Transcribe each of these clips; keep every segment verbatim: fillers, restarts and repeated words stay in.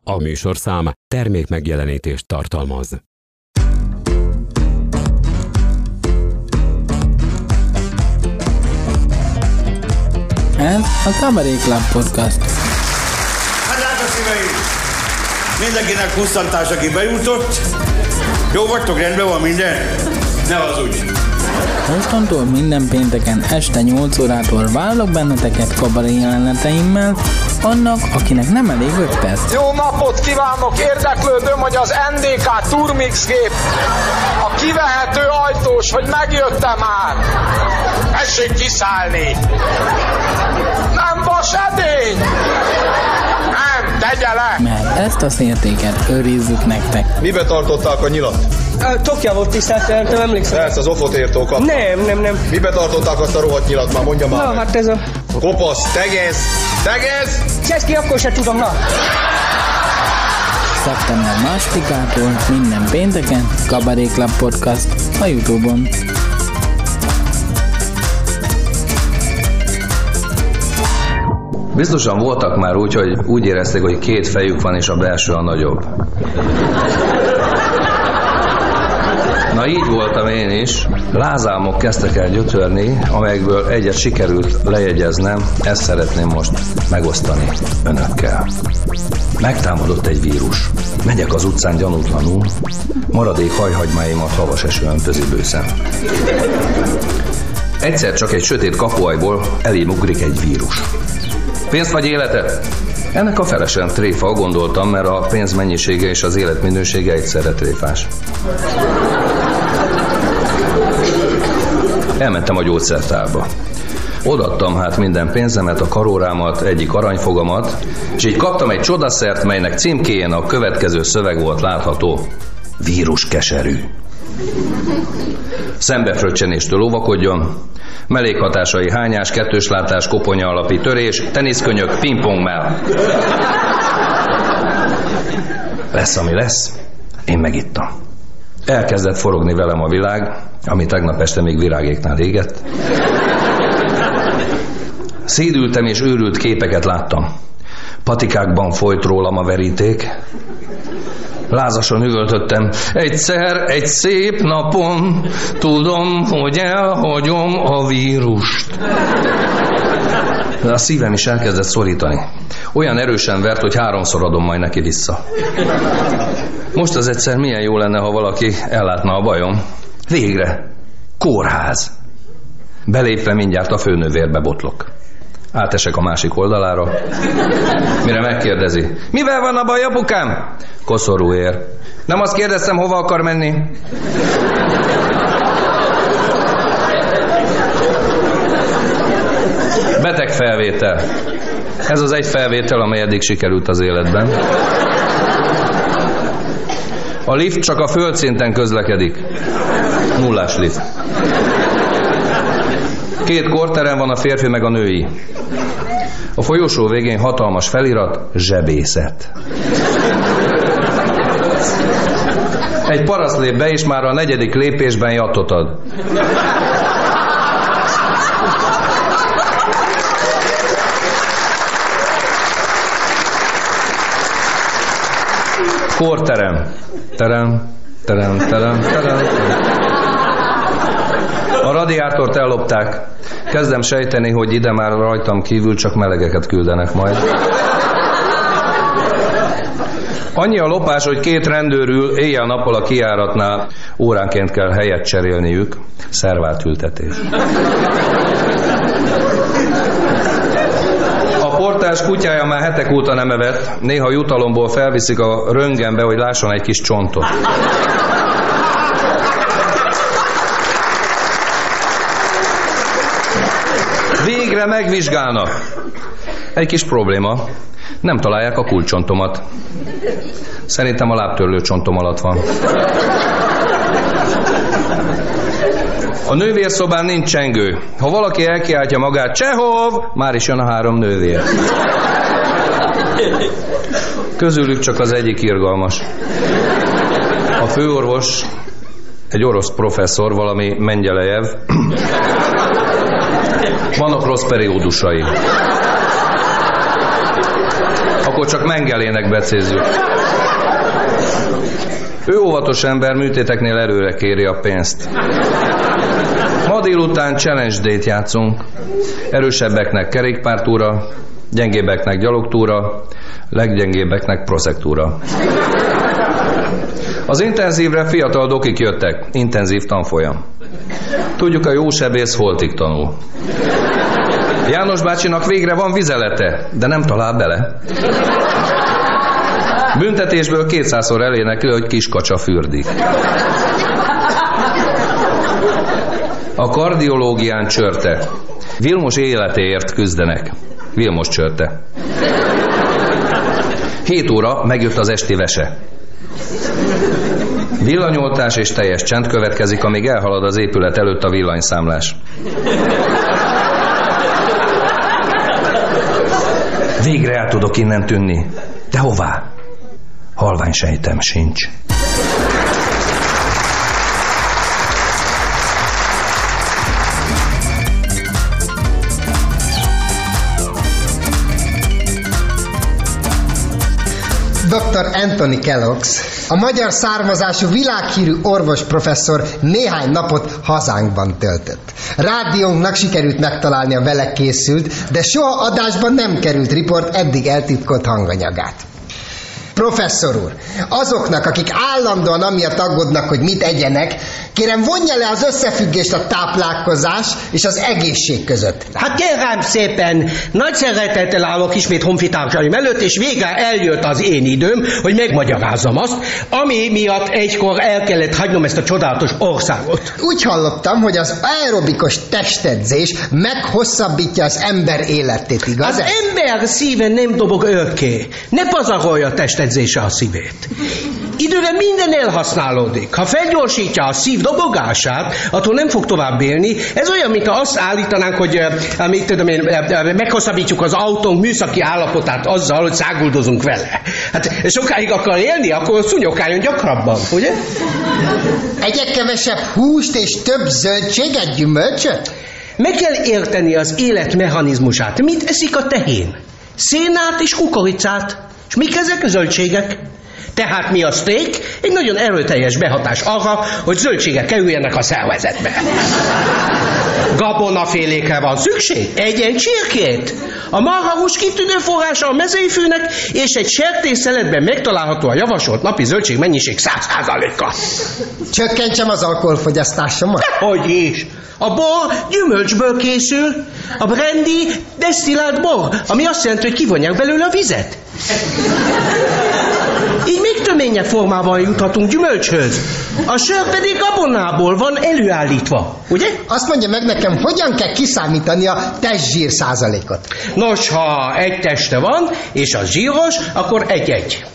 A műsorszám termékmegjelenítést tartalmaz. Ez a Cabaret Club Podcast. Hát drága szíveim! Mindenkinek pusztantás, aki bejutott. Jó vagytok, rendben van minden? Ne hazudj! Mostantól minden pénteken este nyolc órától várlak benneteket kabaré jeleneteimmel, annak, akinek nem elég öt perc. Jó napot kívánok! Érdeklődöm, hogy az en dé ká Turmix gép a kivehető ajtós, hogy megjöttem már. Tessék kiszállni! Nem vas edény! Nem, tegye le! Mert ezt a szértéket őrizzük nektek. Mibe tartották a nyilat? A Tokja volt tisztelt, nem emlékszem. Persze, az ofot értó kap. Nem, nem, nem. Mibe tartották azt a rohadt nyilat már, mondja már. Na, meg. hát ez a... Kopasz, tegez! Tegez! Cseszki, akkor se tudom, na. szeptember másodikától minden pénteken Cabaret Club Podcast a YouTube-on. Biztosan voltak már úgy, hogy úgy érezték, hogy két fejük van, és a belső a nagyobb. Na így voltam én is. Lázálmok kezdtek el gyötörni, amelyekből egyet sikerült lejegyeznem, ezt szeretném most megosztani önökkel. Megtámadott egy vírus. Megyek az utcán gyanútlanul, maradék hajhagymáimat havas eső öntözi bőszem. Egyszer csak egy sötét kapuajból elém ugrik egy vírus. Pénzt vagy életet? Ennek a felesen tréfa, gondoltam, mert a pénz mennyisége és az élet minősége egyszerre tréfás. Elmentem a gyógyszertárba. Odaadtam hát minden pénzemet, a karórámat, egyik aranyfogamat, és így kaptam egy csodaszert, melynek címkéjén a következő szöveg volt látható: vírus keserű. Szembefröccsenéstől óvakodjon, mellékhatásai hányás, kettőslátás, koponya alapi törés, teniszkönyök, pingpongmell. Lesz, ami lesz, én megittam. Elkezdett forogni velem a világ, ami tegnap este még virágéknál égett. Szédültem és őrült képeket láttam. Patikákban folyt rólam a veríték. Lázasan üvöltöttem: egyszer, egy szép napon tudom, hogy elhagyom a vírust. De a szívem is elkezdett szorítani. Olyan erősen vert, hogy háromszor adom majd neki vissza. Most az egyszer milyen jó lenne, ha valaki ellátna a bajom. Végre. Kórház. Belépve mindjárt a főnővérbe botlok. Átesek a másik oldalára, mire megkérdezi: mivel van a baj, apukám? Koszorú ér. Nem azt kérdeztem, hova akar menni? Beteg felvétel. Ez az egy felvétel, amely eddig sikerült az életben. A lift csak a földszinten közlekedik. Nullás lift. Két korterem van, a férfi meg a női. A folyosó végén hatalmas felirat: zsebészet. Egy paraszt lép be, és már a negyedik lépésben jattot ad. Korterem. Terem, terem, terem, terem. A radiátort ellopták. Kezdem sejteni, hogy ide már rajtam kívül csak melegeket küldenek majd. Annyi a lopás, hogy két rendőr ül éjjel-nappal a kijáratnál, óránként kell helyet cserélniük. Szerváltültetés. A portás kutyája már hetek óta nem evett, néha jutalomból felviszik a röntgenbe, hogy lásson egy kis csontot. Végre megvizsgálnak. Egy kis probléma. Nem találják a kulcsontomat. Szerintem a lábtörlő csontom alatt van. A nővérszobán nincs csengő. Ha valaki elkiáltja magát: Csehov! Már is jön a három nővér. Közülük csak az egyik irgalmas. A főorvos egy orosz professzor, valami Mengyelejev. Vannak rossz periódusai. Akkor Akkor csak Mengelének becézzük. Ő óvatos ember, műtéteknél erőre kéri a pénzt. Ma délután challenge date játszunk. Erősebbeknek kerékpártúra, gyengébbeknek gyalogtúra, leggyengébbeknek proszektúra. Az intenzívre fiatal dokik jöttek, intenzív tanfolyam. Tudjuk, a jó sebész holtig tanul. János bácsinak végre van vizelete, de nem talál bele. Büntetésből kétszázszor elénekli, hogy kiskacsa fürdik. A kardiológián csörte. Vilmos életéért küzdenek. Vilmos csörte. Hét óra, megjött az esti vese. Villanyoltás és teljes csend következik, amíg elhalad az épület előtt a villanyszámlás. Végre el tudok innen tűnni. De hová? Halvány sejtem sincs. doktor Anthony Kelloggs, a magyar származású világhírű orvosprofesszor néhány napot hazánkban töltött. Rádiónknak sikerült megtalálni a vele készült, de soha adásban nem került riport eddig eltitkolt hanganyagát. Professzor úr, azoknak, akik állandóan amiatt aggódnak, hogy mit egyenek, kérem vonja le az összefüggést a táplálkozás és az egészség között. Hát kérem szépen, nagy szeretettel állok ismét honfitársaim előtt, és végre eljött az én időm, hogy megmagyarázzam azt, ami miatt egykor el kellett hagynom ezt a csodálatos országot. Úgy hallottam, hogy az aerobikos testedzés meghosszabbítja az ember életét, igaz? Az ember szíve nem dobog örökké. Ne pazarolja a testedzése a szívét. Időre minden elhasználódik. Ha felgyorsítja a szív dobogását, attól nem fog tovább élni. Ez olyan, mint ha azt állítanánk, hogy amit tudom én, meghosszabbítjuk az autónk műszaki állapotát azzal, hogy száguldozunk vele. Hát sokáig akar élni, akkor szúnyogáljon gyakrabban, ugye? Egyek kevesebb húst és több zöldséget, gyümölcsöt? Meg kell érteni az élet mechanizmusát. Mit eszik a tehén? Szénát és kukoricát. És mik ezek a zöldségek? Tehát mi a steak? Egy nagyon erőteljes behatás arra, hogy zöldségek kerüljenek a szervezetbe. Gabonafélékre van szükség? Egyen csirkét? A marhahús kitűnő forrása a mezőfűnek, és egy sertésszeletben megtalálható a javasolt napi zöldség mennyiség száz százaléka. Csökkentsem az alkoholfogyasztásomat? Hogy is? A bor gyümölcsből készül, a brandy desztillált bor, ami azt jelenti, hogy kivonják belőle a vizet. Így még töményebb formában juthatunk gyümölcshöz. A sör pedig gabonából van előállítva, ugye? Azt mondja meg nekem, hogyan kell kiszámítani a testzsír százalékot? Nos, ha egy teste van, és az zsíros, akkor egy-egy.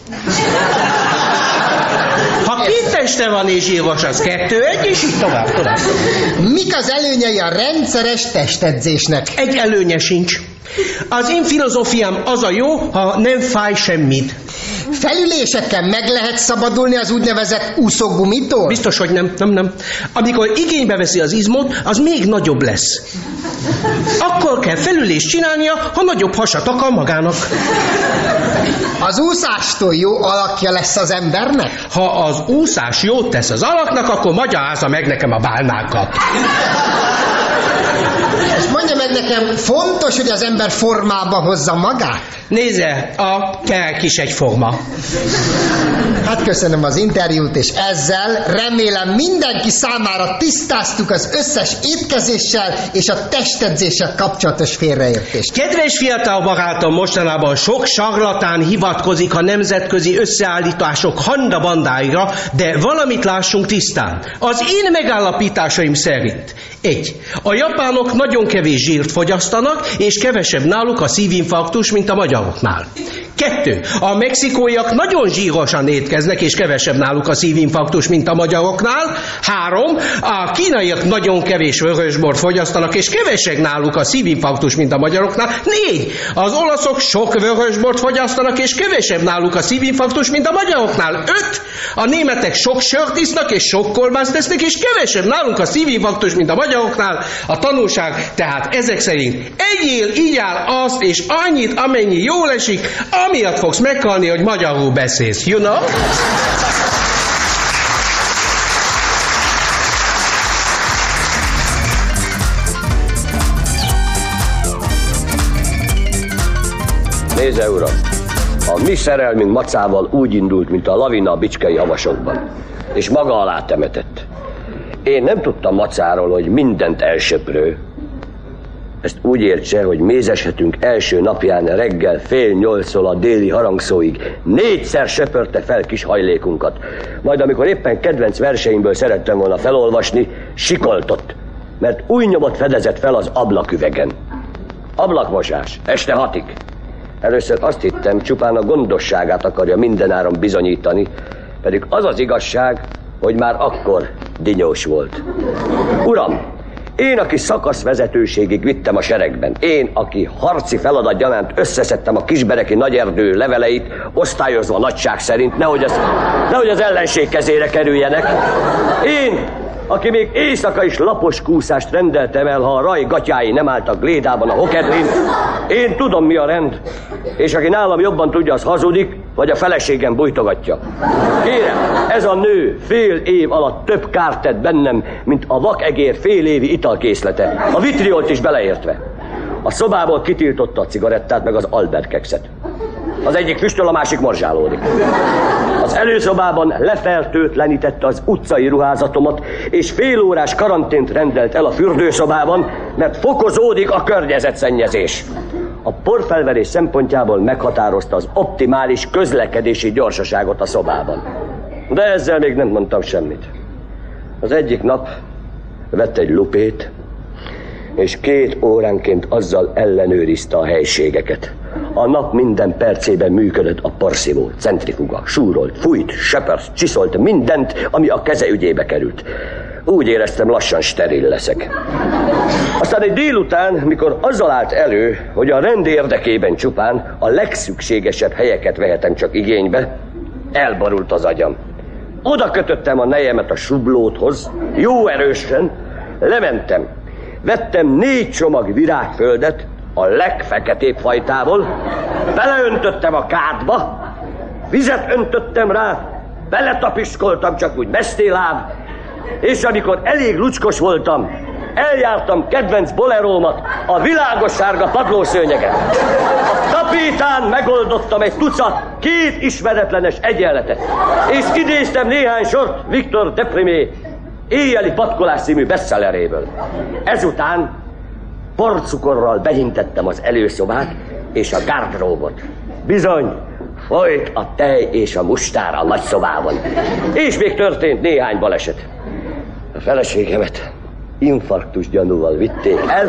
Ha két teste van és zsíros, az kettő-egy, és így tovább, tovább. Mik az előnyei a rendszeres testedzésnek? Egy előnye sincs. Az én filozófiám az a jó, ha nem fáj semmit. Felülésekkel meg lehet szabadulni az úgynevezett úszógumitól? Biztos, hogy nem, nem, nem. Amikor igénybe veszi az izmot, az még nagyobb lesz. Akkor kell felülést csinálnia, ha nagyobb hasat akar magának. Az úszástól jó alakja lesz az embernek? Ha az úszás jót tesz az alaknak, akkor magyarázza meg nekem a bálnákat. És mondja meg nekem, fontos, hogy az ember formába hozza magát? Nézze, a kerek is egyforma. Hát köszönöm az interjút, és ezzel remélem mindenki számára tisztáztuk az összes étkezéssel és a testedzéssel kapcsolatos félreértést. Kedves fiatal barátom, mostanában sok sarlatán hivatkozik a nemzetközi összeállítások handabandáira, de valamit lássunk tisztán. Az én megállapításaim szerint egy. A japánok nagyon kevés zsírt fogyasztanak, és kevesebb náluk a szívinfarktus, mint a magyaroknál. Kettő. A mexikói zimbabóiak nagyon zsírosan étkeznek, és kevesebb náluk a szívinfarktus, mint a magyaroknál. Három, a kínaiak nagyon kevés vörösbort fogyasztanak, és kevesebb náluk a szívinfarktus, mint a magyaroknál. Négy, az olaszok sok vörösbort fogyasztanak, és kevesebb náluk a szívinfarktus, mint a magyaroknál. Öt, a németek sok sört isznak, és sok kolbászt tesznek, és kevesebb nálunk a szívinfarktus, mint a magyaroknál. A tanulság tehát ezek szerint egyél, igyál azt és annyit, amennyi jól esik, amiatt fogsz meghalni, hogy magyarul beszélsz, you know? Nézze, uram! A mi szerelmünk macával úgy indult, mint a lavina a bicskei havasokban, és maga alá temetett. Én nem tudtam macáról, hogy mindent elsöprő. Ezt úgy értse, hogy mézeshetünk első napján reggel fél nyolctól a déli harangszóig négyszer söpörte fel kis hajlékunkat. Majd amikor éppen kedvenc verseimből szerettem volna felolvasni, sikoltott, mert új nyomot fedezett fel az ablaküvegen. Ablakmosás, este hatig. Először azt hittem, csupán a gondosságát akarja mindenáron bizonyítani, pedig az az igazság, hogy már akkor dinyós volt. Uram, én, aki szakaszvezetőségig vittem a seregben, én, aki harci feladat gyanánt összeszedtem a kisbereki nagyerdő leveleit, osztályozva a nagyság szerint, nehogy az, nehogy az ellenség kezére kerüljenek. Én, aki még éjszaka is lapos kúszást rendeltem el, ha a raj gatyái nem álltak glédában a hokedlin, én tudom, mi a rend, és aki nálam jobban tudja, az hazudik, vagy a feleségem bújtogatja. Kérem, ez a nő fél év alatt több kárt tett bennem, mint a vakegér fél évi italkészlete, a vitriolt is beleértve. A szobából kitiltotta a cigarettát, meg az Albert kekszet. Az egyik füstöl, a másik morzsálódik. Az előszobában lefertőtlenítette az utcai ruházatomat, és fél órás karantént rendelt el a fürdőszobában, mert fokozódik a környezetszennyezés. A porfelverés szempontjából meghatározta az optimális közlekedési gyorsaságot a szobában. De ezzel még nem mondtam semmit. Az egyik nap vett egy lupét, és két óránként azzal ellenőrizte a helységeket. A nap minden percében működött a porszívó, centrifuga, súrolt, fújt, söpört, csiszolt mindent, ami a keze ügyébe került. Úgy éreztem, lassan steril leszek. Aztán egy délután, mikor azzal állt elő, hogy a rend érdekében csupán a legszükségesebb helyeket vehetem csak igénybe, elborult az agyam. Oda kötöttem a nejemet a sublóthoz, jó erősen, lementem. Vettem négy csomag virágföldet, a legfeketébb fajtából, beleöntöttem a kádba, vizet öntöttem rá, beletapiskoltam csak úgy mesztéláb, és amikor elég lucskos voltam, eljártam kedvenc bolerómat, a világos sárga padlószőnyeget. A tapétán megoldottam egy tucat két ismeretlenes egyenletet, és idéztem néhány sort Victor Deprimé Éjjeli patkolás című bestselleréből. Ezután porcukorral behintettem az előszobát és a gardróbot. Bizony, folyt a tej és a mustár a nagyszobában. És még történt néhány baleset. A feleségemet infarktus gyanúval vitték el,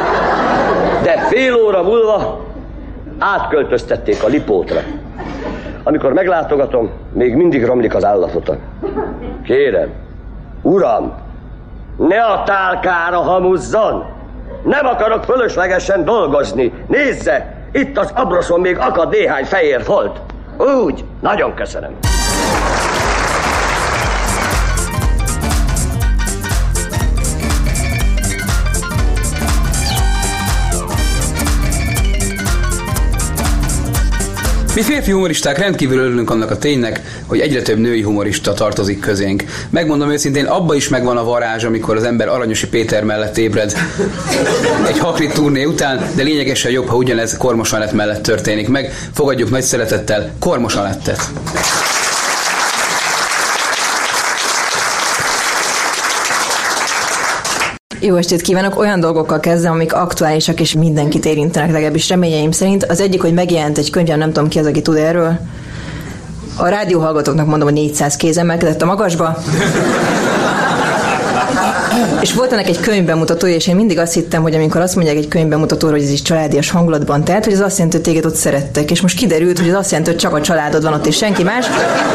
de fél óra múlva átköltöztették a Lipótra. Amikor meglátogatom, még mindig romlik az állapota. Kérem, uram, ne a tálkára hamuzzon! Nem akarok fölöslegesen dolgozni. Nézze, itt az abroszon még akad néhány fehér folt. Úgy, nagyon köszönöm. Mi férfi humoristák rendkívül örülünk annak a ténynek, hogy egyre több női humorista tartozik közénk. Megmondom őszintén, abba is megvan a varázs, amikor az ember Aranyosi Péter mellett ébred egy Hakrit turné után, de lényegesen jobb, ha ugyanez Kormos Anett mellett történik meg. Fogadjuk nagy szeretettel Kormos Anettet. Jó estét kívánok! Olyan dolgokkal kezdem, amik aktuálisak és mindenkit érintenek, legalábbis reményeim szerint. Az egyik, hogy megjelent egy könyv, nem tudom ki az, aki tud erről. A rádióhallgatóknak mondom, hogy négyszáz kéz emelkedett a magasba. És volt ennek egy könyvbemutatója, és én mindig azt hittem, hogy amikor azt mondják egy könyvbemutatóra, hogy ez is családias hangulatban telt, hogy ez azt jelenti, hogy téged ott szerettek. És most kiderült, hogy ez azt jelenti, hogy csak a családod van ott, és senki más.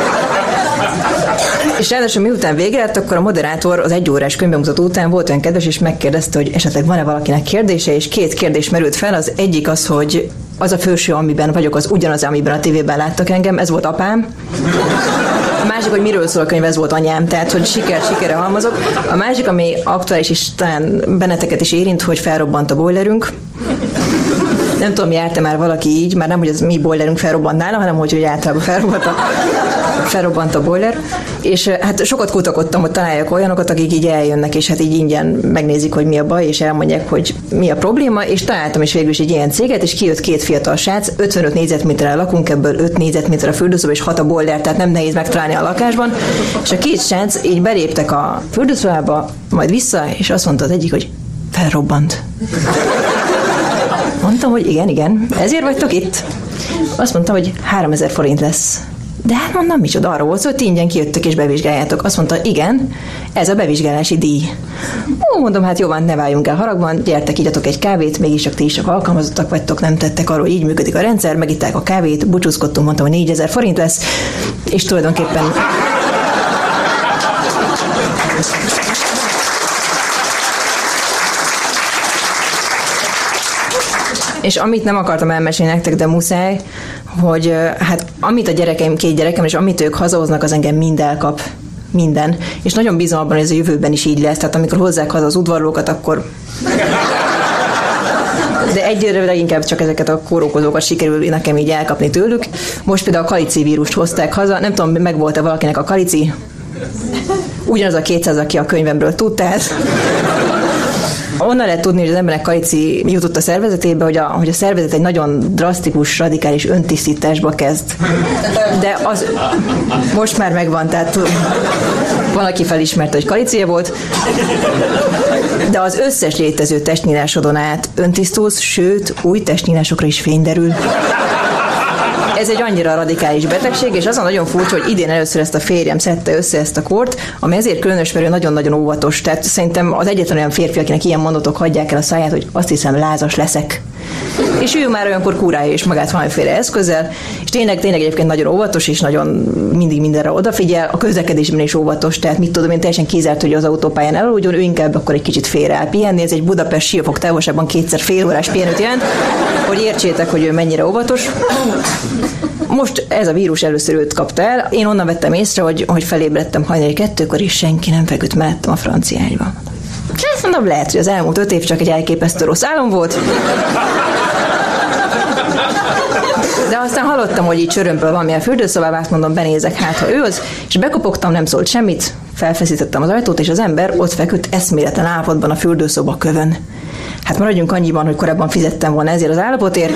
És ráadásul miután vége lett, akkor a moderátor az egy órás könyvbemutató után volt olyan kedves, és megkérdezte, hogy esetleg van-e valakinek kérdése, és két kérdés merült fel. Az egyik az, hogy az a főső, amiben vagyok, az ugyanaz, amiben a tévében láttak engem, ez volt apám. A másik, hogy miről szól a könyv, ez volt anyám, tehát, hogy siker, sikerre halmozok. A másik, ami aktuális, és talán benneteket is érint, hogy felrobbant a boilerünk. Nem tudom, járt-e már valaki így, már nem, hogy az mi boilerünk felrobbant nála, hanem hogy, hogy általában felrobbant a, felrobbant a boiler. És hát sokat kutakodtam, hogy találjak olyanokat, akik így eljönnek, és hát így ingyen megnézik, hogy mi a baj, és elmondják, hogy mi a probléma, és találtam is végül is egy ilyen céget, és kijött két fiatal srác, ötvenöt négyzetméterre lakunk, ebből öt négyzetméter a fürdőszoba, és hat a boiler, tehát nem nehéz megtalálni a lakásban. És a két srác így beléptek a fürdőszobába, majd vissza, és azt mondta az egyik, hogy felrobbant. Mondtam, hogy igen, igen, ezért vagytok itt. Azt mondta, hogy háromezer forint lesz. De hát mondom, micsoda, arra volt szó, hogy ti ingyen kijöttök és bevizsgáljátok. Azt mondta, igen, ez a bevizsgálási díj. Ó, mondom, hát jó van, ne váljunk el haragban, gyertek, igyatok egy kávét, mégiscsak ti is csak alkalmazottak vagytok, nem tettek arról, így működik a rendszer, megitták a kávét, búcsúzkodtunk, mondtam, hogy négyezer forint lesz, és tulajdonképpen... És amit nem akartam elmesélni nektek, de muszáj, hogy hát amit a gyerekeim, két gyerekem, és amit ők hazahoznak, az engem mind elkap. Minden. És nagyon bízom abban, hogy ez a jövőben is így lesz. Tehát amikor hozzák haza az udvarlókat, akkor... De egyre leginkább csak ezeket a kórokozókat sikerül nekem így elkapni tőlük. Most például a kalici vírust hozták haza. Nem tudom, megvolt-e valakinek a kalici? Ugyanaz a kétszáz, aki a könyvemről tud, tehát... Onnan lehet tudni, hogy az embernek kalici jutott a szervezetébe, hogy a, hogy a szervezet egy nagyon drasztikus, radikális öntisztításba kezd. De az most már megvan, tehát van, aki felismerte, hogy kalicia volt, de az összes létező testnyílásodon át öntisztulsz, sőt, új testnyílásokra is fény derül. Ez egy annyira radikális betegség, és azon nagyon furcsa, hogy idén először ezt a férjem szedte össze ezt a kort, ami ezért különös, mert ő nagyon-nagyon óvatos. Tehát szerintem az egyetlen olyan férfi, akinek ilyen mondatok hagyják el a száját, hogy azt hiszem, lázas leszek. És ő már olyankor kurálja is magát valamiféle eszközzel, és tényleg, tényleg egyébként nagyon óvatos, és nagyon mindig mindenre odafigyel, a közlekedésben is óvatos, tehát mit tudom én, teljesen kizárt, hogy az autópályán elaludjon, ő inkább akkor egy kicsit félre áll pihenni, ez egy Budapest-Siófok távolságban kétszer fél órás pihenőt jelent, hogy értsétek, hogy ő mennyire óvatos. Most ez a vírus először őt kapta el, én onnan vettem észre, hogy, hogy felébredtem hajnali kettőkor, és senki nem feküdt mellettem a francia ágyba. Ezt mondom, lehet, hogy az elmúlt öt év csak egy elképesztő rossz álom volt. De aztán hallottam, hogy így csörömpöl valamilyen fürdőszobába, azt mondom, benézek, hát ha ő az, és bekopogtam, nem szólt semmit, felfeszítettem az ajtót, és az ember ott feküdt eszméletlen állapotban a fürdőszoba kövön. Hát maradjunk annyiban, hogy korábban fizettem volna ezért az állapotért.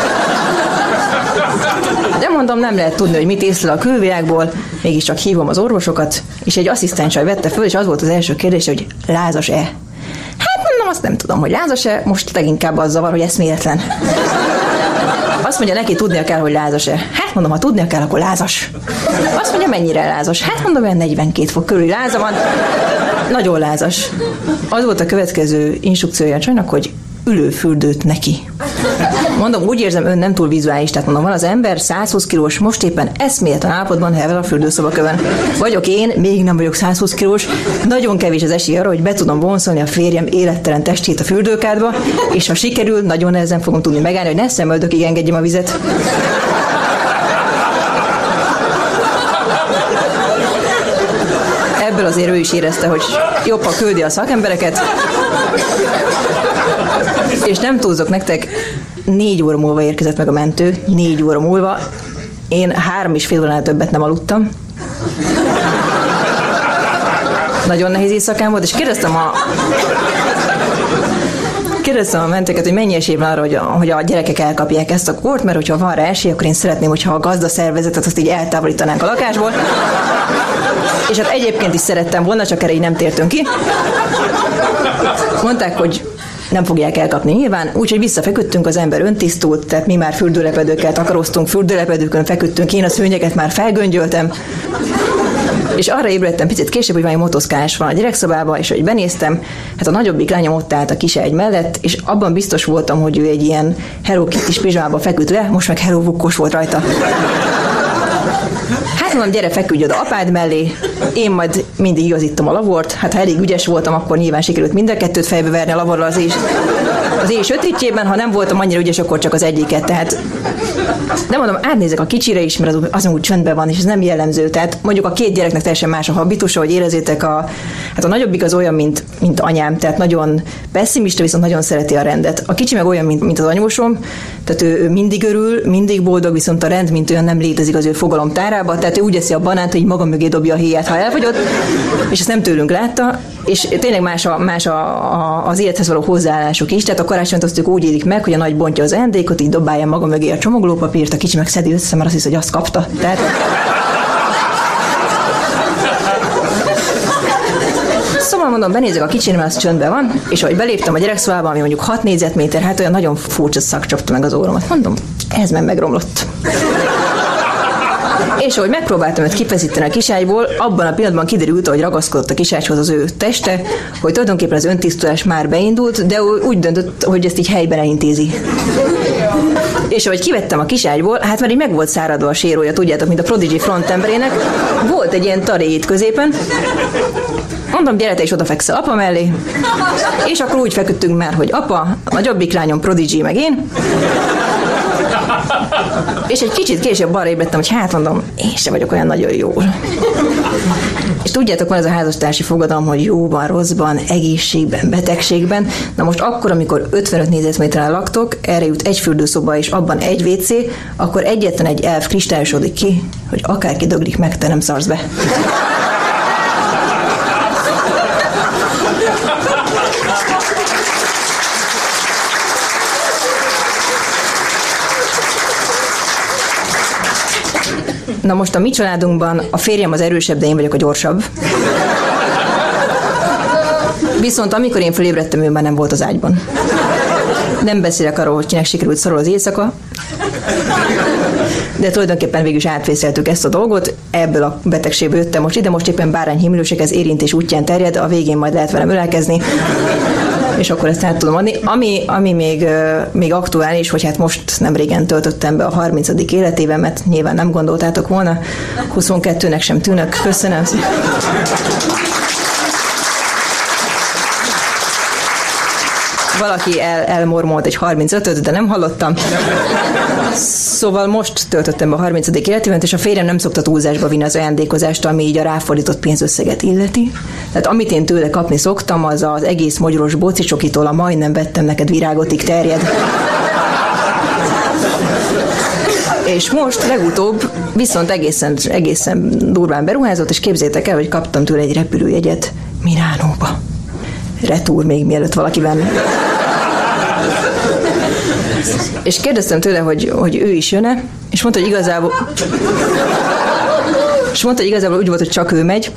De mondom, nem lehet tudni, hogy mit észlel a külvilágból, mégiscsak hívom az orvosokat, és egy asszisztenssal vette föl, és az volt az első kérdés, hogy lázas-e? Hát mondom, azt nem tudom, hogy lázas-e, most leginkább az zavar, hogy eszméletlen. Azt mondja, neki tudnia kell, hogy lázas-e. Hát mondom, ha tudnia kell, akkor lázas. Azt mondja, mennyire lázas? Hát mondom, olyan negyvenkét fok körül láza van. Nagyon lázas. Az volt a következő instrukciója a csajnak, hogy ülőfürdőt neki. Mondom, úgy érzem, ön nem túl vizuális, tehát mondom, van az ember százhúsz kilós, most éppen eszméletlen állapotban hevel a fürdőszobakövön. Vagyok én, még nem vagyok százhúsz kilós, nagyon kevés az esély arra, hogy be tudom vonszolni a férjem élettelen testét a fürdőkádba, és ha sikerül, nagyon nehezen fogom tudni megállni, hogy ne szemöldökig engedjem a vizet. Ebből azért ő is érezte, hogy jobb, ha küldi a szakembereket. És nem túlzok nektek, négy óra múlva érkezett meg a mentő, négy óra múlva. Én három és fél óránál többet nem aludtam. Nagyon nehéz éjszakám volt, és kérdeztem a... Kérdeztem a mentőket, hogy mennyi esély van arra, hogy a, hogy a gyerekek elkapják ezt a kort, mert hogyha van rá esély, akkor én szeretném, hogyha a gazdaszervezetet azt így eltávolítanánk a lakásból. És hát egyébként is szerettem volna, csak erre így nem tértünk ki. Mondták, hogy nem fogják elkapni nyilván, úgyhogy visszafeküdtünk, az ember öntisztult, tehát mi már fürdőlepedőkkel takaroztunk, fürdőlepedőkön feküdtünk, én a szőnyeget már felgöngyöltem, És arra ébredtem picit később, hogy valami motoszkálás van a gyerekszobában, és hogy benéztem, hát a nagyobbik lányom ott állt a kisegy mellett, és abban biztos voltam, hogy ő egy ilyen Hello Kitty-s pizsámába feküdt le, most meg Hello Vukkos volt rajta. Hát mondom, gyere, feküdj oda apád mellé, én majd mindig igazítom a lavort, hát ha elég ügyes voltam, akkor nyilván sikerült mind a kettőt fejbe verni a lavorral az és az én sötétjében, ha nem voltam annyira ügyes, akkor csak az egyiket, tehát nem mondom, átnézek a kicsire is, mert az, az úgy csöndben van, és ez nem jellemző. Tehát mondjuk a két gyereknek teljesen más a habitusa, hogy érezzétek, a, hát a nagyobbik az olyan, mint, mint anyám, tehát nagyon pessimista, viszont nagyon szereti a rendet. A kicsi meg olyan, mint, mint az anyósom, tehát ő, ő mindig örül, mindig boldog, viszont a rend, mint olyan nem létezik az ő fogalomtárába, tehát ő úgy eszi a banánt, hogy maga mögé dobja a héját, ha elfogyott, és ezt nem tőlünk látta, és tényleg más, a, más a, a, az élethez való hozzáállásuk is, tehát a karácsonyt azt ők úgy élik meg, hogy a nagy bontja az ajándékot, így dobálja maga mögé a csomaglópapírt, a kicsi meg szedi össze, mert azt hisz, hogy azt kapta. Tehát... Szóval mondom, benézek a kicsire, mert az csöndben van, és ahogy beléptem a gyerekszobába, ami mondjuk hat négyzetméter, hát olyan nagyon furcsa szak csapta meg az óromat. Mondom, ez meg megromlott. És ahogy megpróbáltam őt kifeszíteni a kiságyból, abban a pillanatban kiderült, hogy ragaszkodott a kiságyhoz az ő teste, hogy tulajdonképpen az öntisztulás már beindult, de úgy döntött, hogy ezt így helyben elintézi. És ahogy kivettem a kiságyból, hát már így meg volt száradva a sérója, tudjátok, mint a Prodigy frontemberének, volt egy ilyen taréj itt középen. Mondom, gyere te is odafekszel apa mellé, és akkor úgy feküdtünk már, hogy apa, a nagyobbik lányom Prodigy, meg én. És egy kicsit később arra ébredtem, hogy hát mondom, én sem vagyok olyan nagyon jól. És tudjátok, van ez a házastársi fogadalom, hogy jóban, rosszban, egészségben, betegségben. Na most akkor, amikor ötvenöt négyzetméteren laktok, erre jut egy fürdőszoba és abban egy vé cé, akkor egyetlen egy elv kristályosodik ki, hogy akárki döglik meg, te nem szarsz be. Na most a mi családunkban a férjem az erősebb, de én vagyok a gyorsabb. Viszont amikor én felébredtem, ő már nem volt az ágyban. Nem beszélek arról, hogy kinek sikerült szarul az éjszaka, de tulajdonképpen végül is átvészeltük ezt a dolgot, ebből a betegségből jöttem most ide, most éppen bárányhimlőség, ez érintés útján terjed, a végén majd lehet velem ölelkezni, és akkor ezt át tudom adni. Ami, ami még, még aktuális, hogy hát most nem régen töltöttem be a harmincadik életében, mert nyilván nem gondoltátok volna, huszonkettőnek sem tűnök. Köszönöm. Valaki el, elmormolt egy harmincötöt, de nem hallottam. Szóval most töltöttem be a harmincadik életévet, és a férjem nem szokta túlzásba vinni az ajándékozást, ami így a ráfordított pénzösszeget illeti. Tehát amit én tőle kapni szoktam, az az egész magyaros bocicsokitól a majdnem vettem neked virágotig terjed. És most legutóbb viszont egészen, egészen durván beruházott, és képzeljétek el, hogy kaptam tőle egy repülőjegyet Milánóba. Retúr még mielőtt valaki benne. És kérdeztem tőle, hogy, hogy ő is jön-e, és mondta, hogy igazából... És mondta, hogy igazából úgy volt, hogy csak ő megy.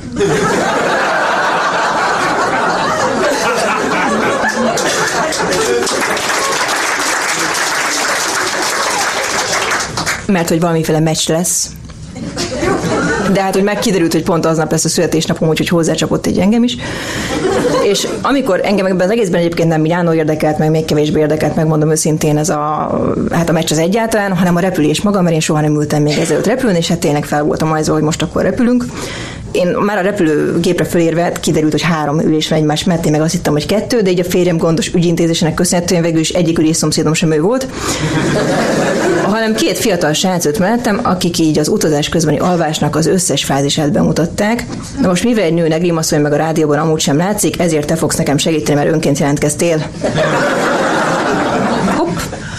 Mert hogy valamiféle meccs lesz. De hát, hogy megkiderült, hogy pont aznap lesz a születésnapom, úgyhogy hozzácsapott egy engem is. És amikor engem ebben az egészben egyébként nem Milánó érdekelt, meg még kevésbé érdekelt, megmondom őszintén, ez a, hát a meccs az egyáltalán, hanem a repülés maga, mert én soha nem ültem még ezelőtt repülni, és hát tényleg fel voltam ajzva, hogy most akkor repülünk. Én már a repülőgépre fölérve kiderült, hogy három ülés van egymás mellett, én meg azt hittem, hogy kettő, de így a férjem gondos ügyintézésének köszönhetően végül is egyik ülésszomszédom sem ő volt, hanem két fiatal srácot mellettem, akik így az utazás közbeni alvásnak az összes fázisát bemutatták. Na most mivel egy nő ne grímaszolja meg a rádióban amúgy sem látszik, ezért te fogsz nekem segíteni, mert önként jelentkeztél. Hopp.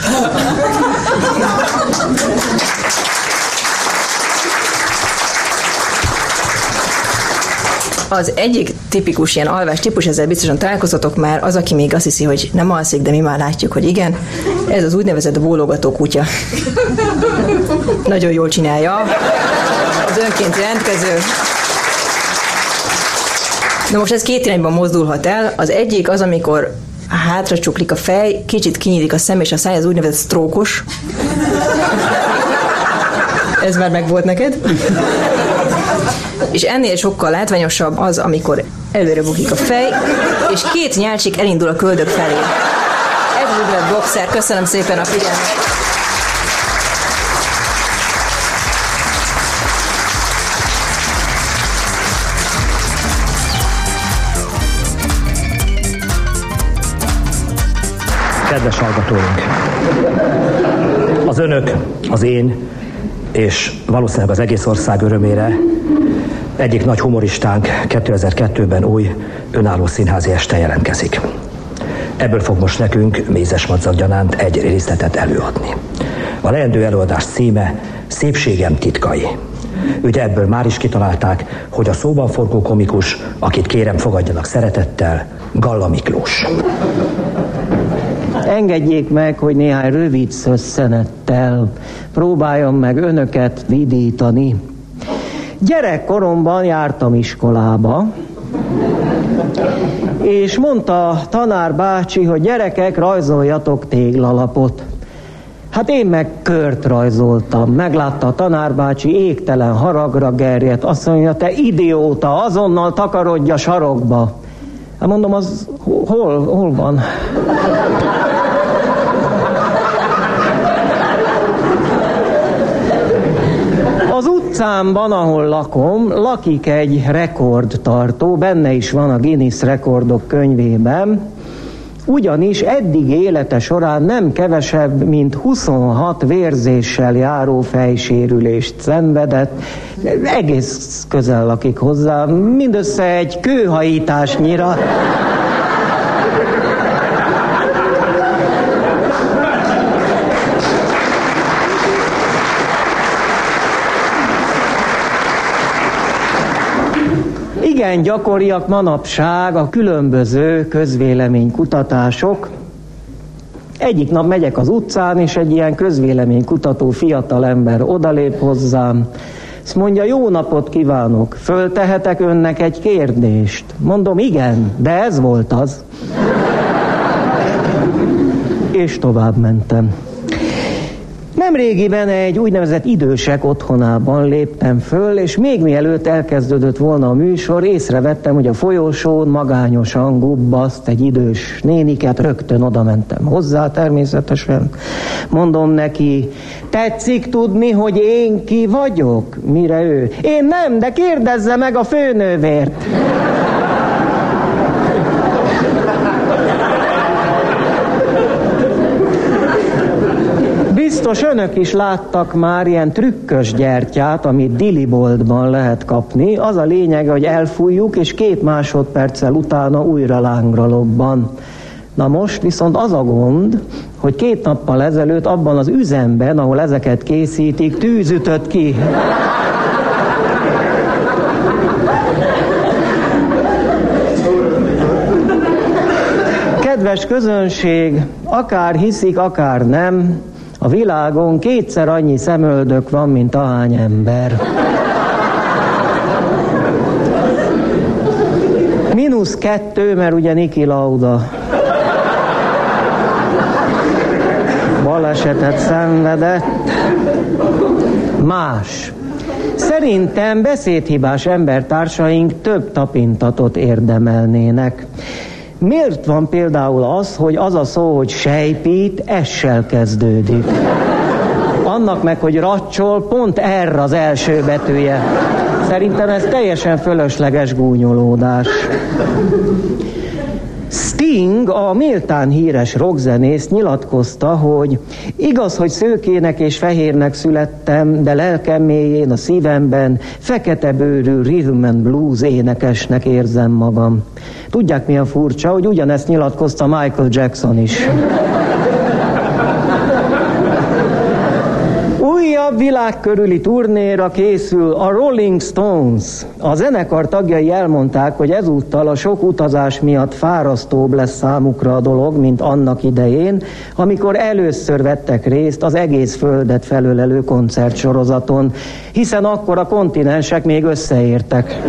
Az egyik tipikus ilyen alvás típus, ezzel biztosan találkoztatok már, az, aki még azt hiszi, hogy nem alszik, de mi már látjuk, hogy igen. Ez az úgynevezett bólogató kutya. Nagyon jól csinálja. Az önként jelentkező. Na most ez két irányban mozdulhat el. Az egyik az, amikor hátra csuklik a fej, kicsit kinyílik a szem, és a száj az úgynevezett sztrókos. Ez már megvolt neked. És ennél sokkal látványosabb az, amikor előre bukik a fej, és két nyálcsik elindul a köldök felé. Ez úgy lett boxer. Köszönöm szépen a figyelmet. Kedves hallgatóink! Az önök, az én, és valószínűleg az egész ország örömére egyik nagy humoristánk kétezer-kettőben új önálló színházi este jelentkezik. Ebből fog most nekünk Mézes Madzag gyanánt egy részletet előadni. A leendő előadás címe Szépségem titkai. Ugye ebből már is kitalálták, hogy a szóban forgó komikus, akit kérem fogadjanak szeretettel, Galla Miklós. Engedjék meg, hogy néhány rövid szösszenettel próbáljam meg önöket vidítani. Gyerekkoromban jártam iskolába, és mondta a tanár bácsi, hogy gyerekek, rajzoljatok téglalapot. Hát én meg kört rajzoltam. Meglátta a tanár bácsi, égtelen haragra gerjedt. Azt mondja, te idióta, azonnal takarodj a sarokba. Hát mondom, az hol, hol van? Az utcámban, ahol lakom, lakik egy rekordtartó, benne is van a Guinness rekordok könyvében, ugyanis eddig élete során nem kevesebb, mint huszonhat vérzéssel járó fejsérülést szenvedett, egész közel lakik hozzá, mindössze egy kőhajításnyira. Igen gyakoriak manapság a különböző közvéleménykutatások. Egyik nap megyek az utcán, és egy ilyen közvéleménykutató fiatalember odalép hozzám. Azt mondja, jó napot kívánok, föltehetek önnek egy kérdést? Mondom, igen, de ez volt az. És tovább mentem. Nemrégiben egy úgynevezett idősek otthonában léptem föl, és még mielőtt elkezdődött volna a műsor, észrevettem, hogy a folyosón magányosan gubbaszt egy idős néniket, rögtön oda mentem hozzá természetesen. Mondom neki, tetszik tudni, hogy én ki vagyok? Mire ő? Én nem, de kérdezze meg a főnővért. Biztos önök is láttak már ilyen trükkös gyertyát, amit diliboltban lehet kapni. Az a lényeg, hogy elfújjuk, és két másodperccel utána újra lángra lobban. Na most viszont az a gond, hogy két nappal ezelőtt abban az üzemben, ahol ezeket készítik, tűz ütött ki. Kedves közönség, akár hiszik, akár nem, a világon kétszer annyi szemöldök van, mint ahány ember. Mínusz kettő, mert ugye Niki Lauda balesetet szenvedett. Más. Szerintem beszédhibás embertársaink több tapintatot érdemelnének. Miért van például az, hogy az a szó, hogy sejpít, essel kezdődik? Annak meg, hogy racsol, pont R az első betűje. Szerintem ez teljesen fölösleges gúnyolódás. Sting, a méltán híres rockzenész nyilatkozta, hogy igaz, hogy szőkének és fehérnek születtem, de lelkem mélyén, a szívemben fekete bőrű rhythm and blues énekesnek érzem magam. Tudják, mi a furcsa, hogy ugyanezt nyilatkozta Michael Jackson is. Újabb világkörüli turnéra készül a Rolling Stones. A zenekar tagjai elmondták, hogy ezúttal a sok utazás miatt fárasztóbb lesz számukra a dolog, mint annak idején, amikor először vettek részt az egész földet felölelő koncertsorozaton, hiszen akkor a kontinensek még összeértek.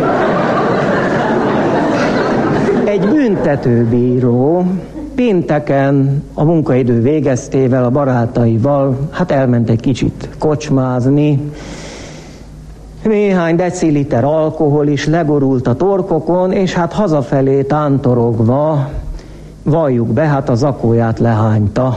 Egy büntetőbíró pénteken a munkaidő végeztével a barátaival, hát elment egy kicsit kocsmázni. néhány deciliter alkohol is leborult a torkokon, és hát hazafelé tántorogva, valljuk be, hát a zakóját lehányta.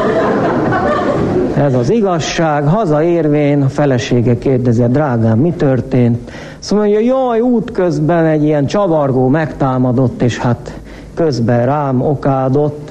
Ez az igazság. Hazaérvén a felesége kérdezi: drágám, mi történt? Szóval mondja, jaj, útközben egy ilyen csavargó megtámadott, és hát közben rám okádott.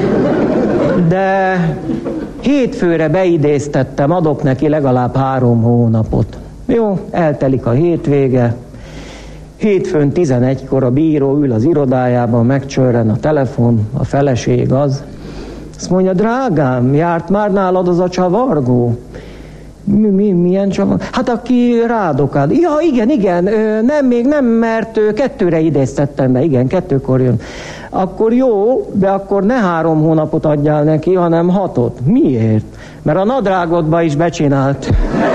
De hétfőre beidéztettem, adok neki legalább három hónapot. Jó, eltelik a hétvége. Hétfőn tizenegykor a bíró ül az irodájában, megcsörren a telefon, a feleség az. Azt mondja: drágám, járt már nálad az a csavargó? Mi, mi, milyen csavargó? Hát aki rádokád. Ja, igen, igen, ö, nem, még nem, mert ö, kettőre idéztettem be, igen, kettőkor jön. Akkor jó, de akkor ne három hónapot adjál neki, hanem hatot. Miért? Mert a nadrágodba is becsinált.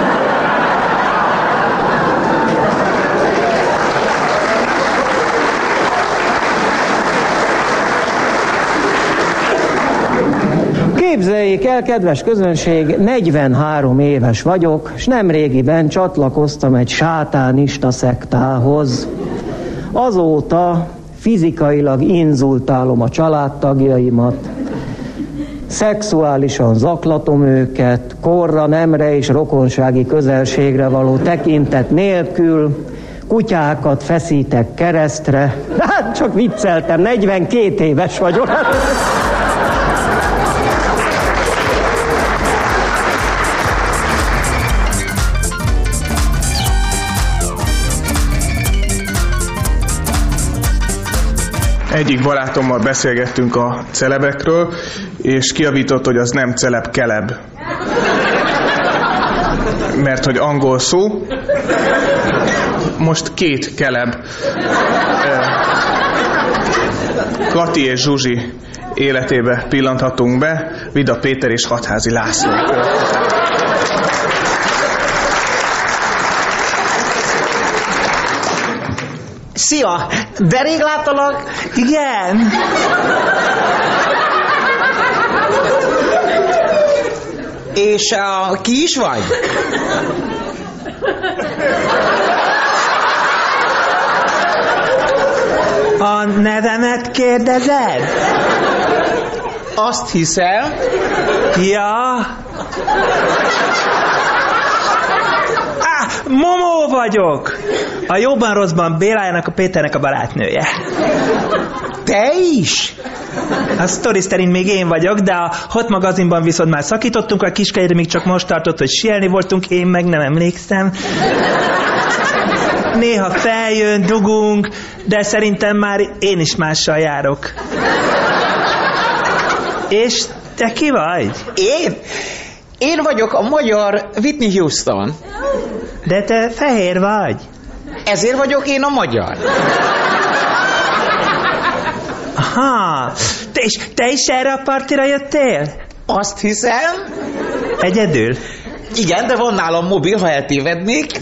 Képzeljék el, kedves közönség, negyvenhárom éves vagyok, és nemrégiben csatlakoztam egy sátánista szektához. Azóta fizikailag inzultálom a családtagjaimat, szexuálisan zaklatom őket, korra, nemre és rokonsági közelségre való tekintet nélkül, kutyákat feszítek keresztre. Hát csak vicceltem, negyvenkét éves vagyok. Egyik barátommal beszélgettünk a celebekről, és kijavított, hogy az nem celeb, keleb. Mert hogy angol szó. Most két keleb. Kati és Zsuzsi életébe pillanthatunk be, Vida Péter és Hatházi László. Szia! De rég láttalak? Igen! És uh, ki is vagy? A nevemet kérdezed? Azt hiszel? Ja... Momó vagyok! A jóban rosszban Bélájának, a Péternek a barátnője. Te is? A sztori szerint még én vagyok, de a Hot magazinban viszont már szakítottunk, a Kiskelyre még csak most tartott, hogy sielni voltunk, én meg nem emlékszem. Néha feljön, dugunk, de szerintem már én is mással járok. És te ki vagy? Én? Én vagyok a magyar Whitney Houston. De te fehér vagy. Ezért vagyok én a magyar. Aha. Te is, te is erre a partira jöttél? Azt hiszem. Egyedül? Igen, de van nálam mobil, ha eltévednék.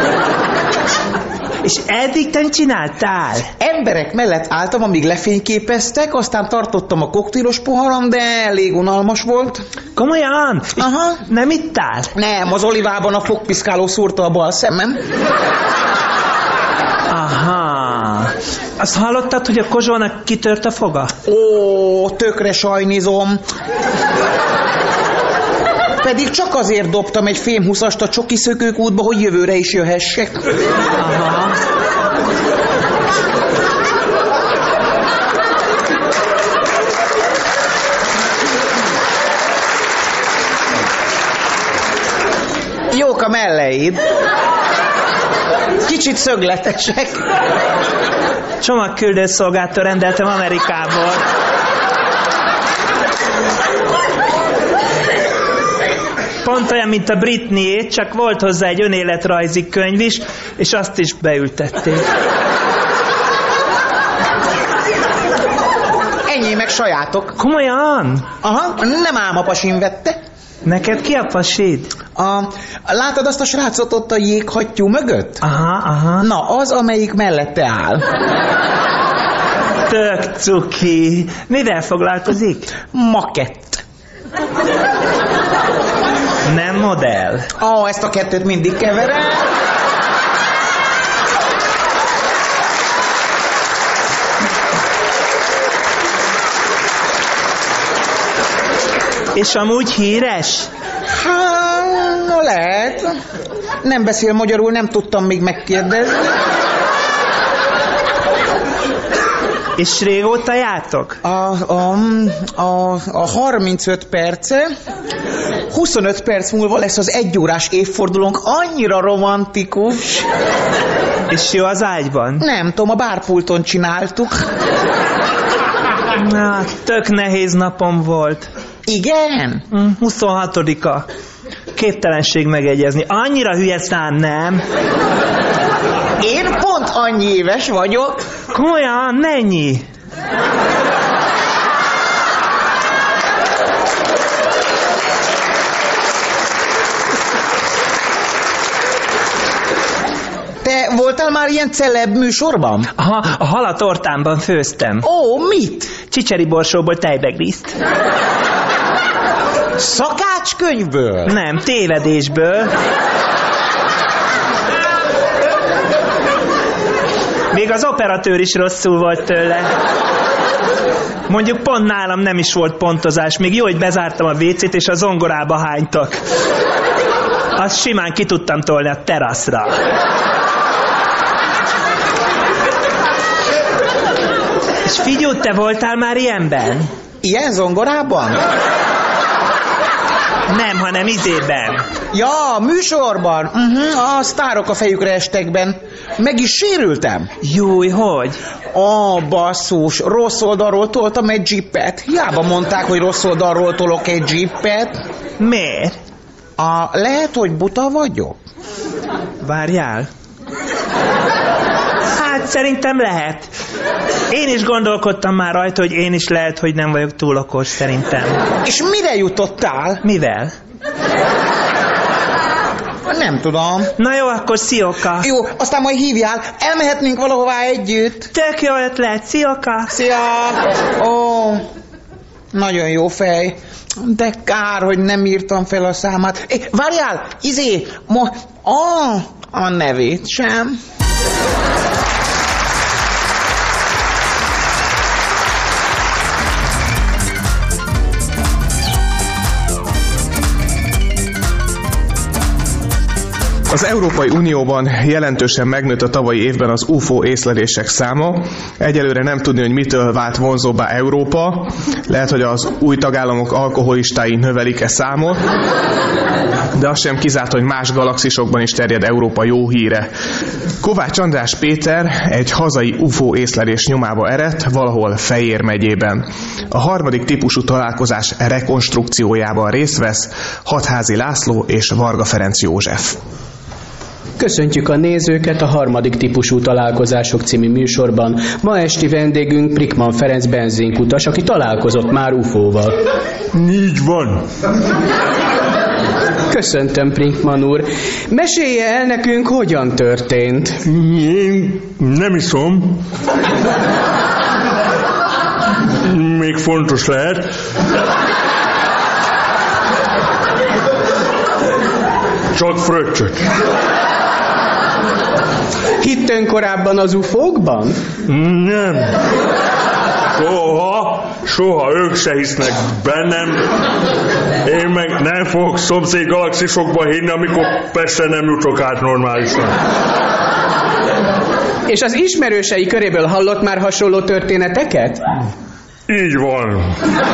És eddig te csináltál? Emberek mellett álltam, amíg lefényképeztek, aztán tartottam a koktélos poharam, de elég unalmas volt. Komolyan? Aha. Nem ittál? Nem, az olivában a fogpiszkáló szúrta a bal szemem. Aha. Azt hallottad, hogy a Kozsónak kitört a foga? Ó, tökre sajnizom. Pedig csak azért dobtam egy fémhúszast a csokiszökők útba, hogy jövőre is jöhessek. Aha. Jók a melleid. Kicsit szögletesek. Csomagküldőszolgáltól rendeltem Amerikából. Pont olyan, mint a Britney, csak volt hozzá egy önéletrajzi könyv is, és azt is beültették. Ennyi meg sajátok. Komolyan? Aha, nem ám a pasim vette. Neked ki a pasid? A, látod azt a srácot ott a jéghattyú mögött? Aha, aha. Na, az, amelyik mellette áll. Tök cuki. Mivel foglalkozik? Makett. Nem modell. Ó, oh, ezt a kettőt mindig keverem. És amúgy híres? Hát, no lehet. Nem beszél magyarul, nem tudtam még megkérdezni. És régóta jártok? A, a, a, a harmincöt perce, huszonöt perc múlva lesz az egyórás évfordulónk, annyira romantikus. És jó az ágyban? Nem tudom, a bárpulton csináltuk. Na, tök nehéz napom volt. Igen? huszonhatodika Képtelenség megegyezni. Annyira hülye szám, nem? Én pont annyi éves vagyok. Komolyan, mennyi? Te voltál már ilyen celeb műsorban? Aha, a halatortámban főztem. Ó, mit? Csicseri borsóból tejbegliszt. Szakácskönyvből? Nem, tévedésből. Még az operatőr is rosszul volt tőle. Mondjuk pont nálam nem is volt pontozás. Még jó, hogy bezártam a vécét, és a zongorába hánytak. Azt simán ki tudtam tolni a teraszra. És figyelj, te voltál már ilyenben? Ilyen zongorában? Nem, hanem izében. Ja, műsorban. Uh-huh, a sztárok a fejükre estekben. Meg is sérültem. Júj, hogy? Ó, basszus, rossz oldalról toltam egy dzsippet. Hiába mondták, hogy rossz oldalról tolok egy dzsippet. Miért? A, lehet, hogy buta vagyok? Várjál. Hát szerintem lehet. Én is gondolkodtam már rajta, hogy én is lehet, hogy nem vagyok túl okos, szerintem. És mire jutottál? Mivel? Nem tudom. Na jó, akkor szióka. Jó, aztán majd hívjál. Elmehetnénk valahová együtt. Tök jó ötlet, szióka. Szia. Ó, nagyon jó fej. De kár, hogy nem írtam fel a számát. É, várjál, izé, mo... Ó, a nevét sem. Az Európai Unióban jelentősen megnőtt a tavalyi évben az u f o észlelések száma. Egyelőre nem tudni, hogy mitől vált vonzóbbá Európa. Lehet, hogy az új tagállamok alkoholistái növelik-e számot. De az sem kizárt, hogy más galaxisokban is terjed Európa jó híre. Kovács András Péter egy hazai u f o észlelés nyomába eredt valahol Fejér megyében. A harmadik típusú találkozás rekonstrukciójában részt vesz Hatházi László és Varga Ferenc József. Köszöntjük a nézőket a harmadik típusú találkozások című műsorban. Ma esti vendégünk Prickmann Ferenc benzinkutas, aki találkozott már u f o-val. Így van. Köszöntöm, Prickmann úr. Mesélje el nekünk, hogyan történt. Én nem iszom. Még fontos lehet. Csak fröccsöt. Hitt ön korábban az u f o-kban? Nem. Soha, soha ők se hisznek bennem. Én meg nem fogok szomszéd galaxisokba hinni, amikor Pestre nem jutok át normálisan. És az ismerősei köréből hallott már hasonló történeteket? Így van.